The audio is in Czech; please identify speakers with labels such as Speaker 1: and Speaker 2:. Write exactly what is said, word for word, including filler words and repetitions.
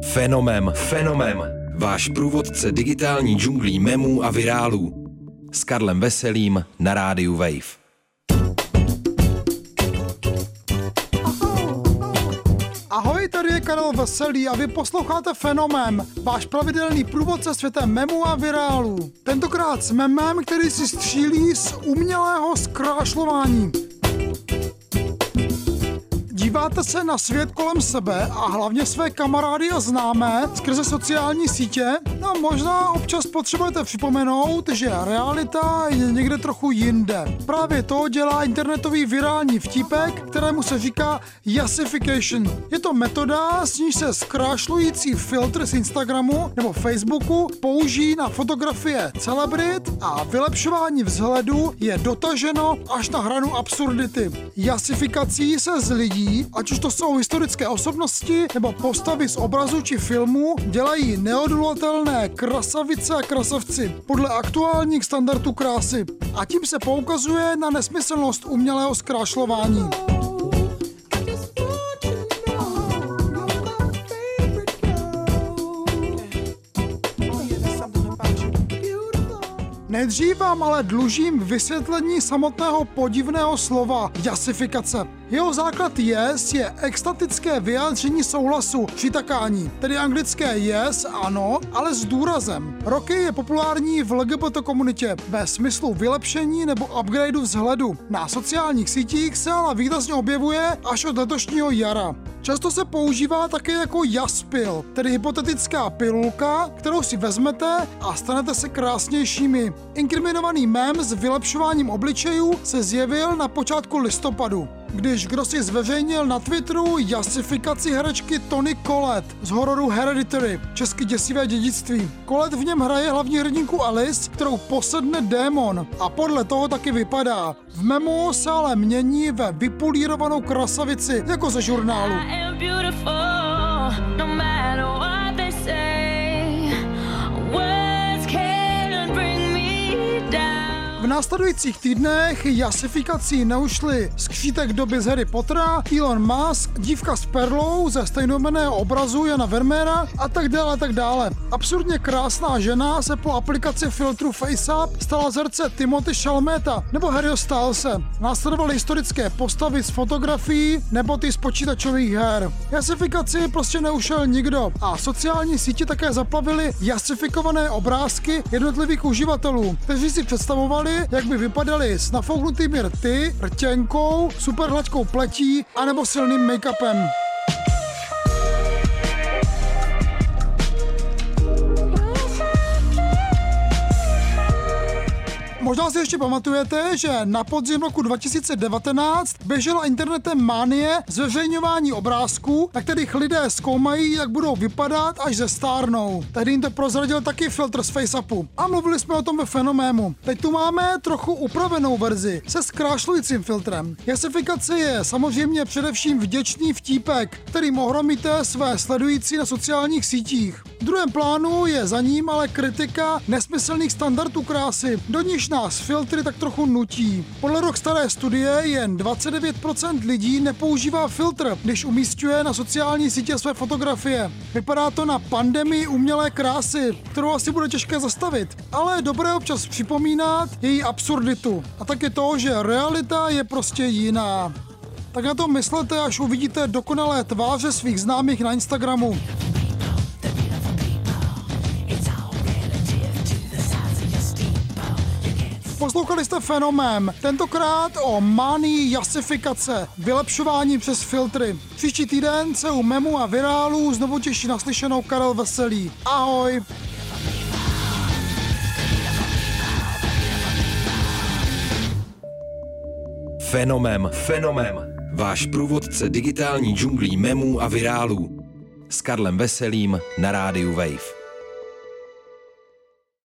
Speaker 1: Fenomem, fenomem, váš průvodce digitální džunglí memů a virálů. S Karlem Veselým na rádiu Wave.
Speaker 2: Ahoj, tady je Karel Veselý a vy posloucháte Fenomem, váš pravidelný průvodce světem memů a virálů. Tentokrát s memem, který si střílí z umělého zkrášlování. Díváte se na svět kolem sebe a hlavně své kamarády a známé skrze sociální sítě? No možná občas potřebujete připomenout, že realita je někde trochu jinde. Právě to dělá internetový virální vtípek, kterému se říká yassification. Je to metoda, s níž se zkrášlující filtr z Instagramu nebo Facebooku použijí na fotografie celebrit a vylepšování vzhledu je dotaženo až na hranu absurdity. Yassifikací se z lidí, ať už to jsou historické osobnosti nebo postavy z obrazu či filmu, dělají neodolatelné krasavice a krasavci podle aktuálních standardů krásy. A tím se poukazuje na nesmyslnost umělého zkrášlování. Nejdřív vám ale dlužím vysvětlení samotného podivného slova yassifikace. Jeho základ yes je extatické vyjádření souhlasu, přitakání, tedy anglické yes, ano, ale s důrazem. Roky je populární v L G B T komunitě ve smyslu vylepšení nebo upgradeu vzhledu. Na sociálních sítích se ale výrazně objevuje až od letošního jara. Často se používá také jako jaspil, tedy hypotetická pilulka, kterou si vezmete a stanete se krásnějšími. Inkriminovaný mém s vylepšováním obličejů se zjevil na počátku listopadu, když kdo si zveřejnil na Twitteru yassifikaci herečky Toni Collette z hororu Hereditary, česky děsivé dědictví. Collette v něm hraje hlavní hrdinku Alice, kterou posedne démon a podle toho taky vypadá. V memu se ale mění ve vypolírovanou krasavici, jako ze žurnálu. V následujících týdnech yassifikací neušli skřítek doby z Harry Pottera, Elon Musk, dívka s perlou ze stejnojmenného obrazu Jana Vermeera a tak dále a tak dále. Absurdně krásná žena se po aplikaci filtru FaceApp stala z herce Timothy Chalameta nebo Harryho Stylese. Následovaly historické postavy z fotografií nebo ty z počítačových her. Yassifikaci prostě neušel nikdo a sociální sítě také zaplavily yassifikované obrázky jednotlivých uživatelů, kteří si představovali, jak by vypadaly s nafouknutými rty, rtěnkou, super hladkou pletí anebo silným make-upem. Možná si ještě pamatujete, že na podzim roku dva tisíce devatenáct běžela internetem mánie zveřejňování obrázků, na kterých lidé zkoumají, jak budou vypadat, až zestárnou. Tehdy jim to prozradil taky filtr z FaceAppu. A mluvili jsme o tom ve Fenomému. Teď tu máme trochu upravenou verzi se zkrášlujícím filtrem. Yassifikace je samozřejmě především vděčný vtípek, kterým ohromíte své sledující na sociálních sítích. V druhém plánu je za ním ale kritika nesmyslných standardů krásy, do níž nás filtry tak trochu nutí. Podle rok staré studie jen dvacet devět procent lidí nepoužívá filtr, když umísťuje na sociální sítě své fotografie. Vypadá to na pandemii umělé krásy, kterou asi bude těžké zastavit, ale je dobré občas připomínat její absurditu. A taky to, že realita je prostě jiná. Tak na to myslete, až uvidíte dokonalé tváře svých známých na Instagramu. Poslouchali jste Fenomén, tentokrát o manii yassifikace, vylepšování přes filtry. Příští týden se u memů a virálů znovu těší naslyšenou Karel Veselý. Ahoj!
Speaker 1: Fenomem, fenomem, váš průvodce digitální džunglí memů a virálů. S Karlem Veselým na rádiu Wave.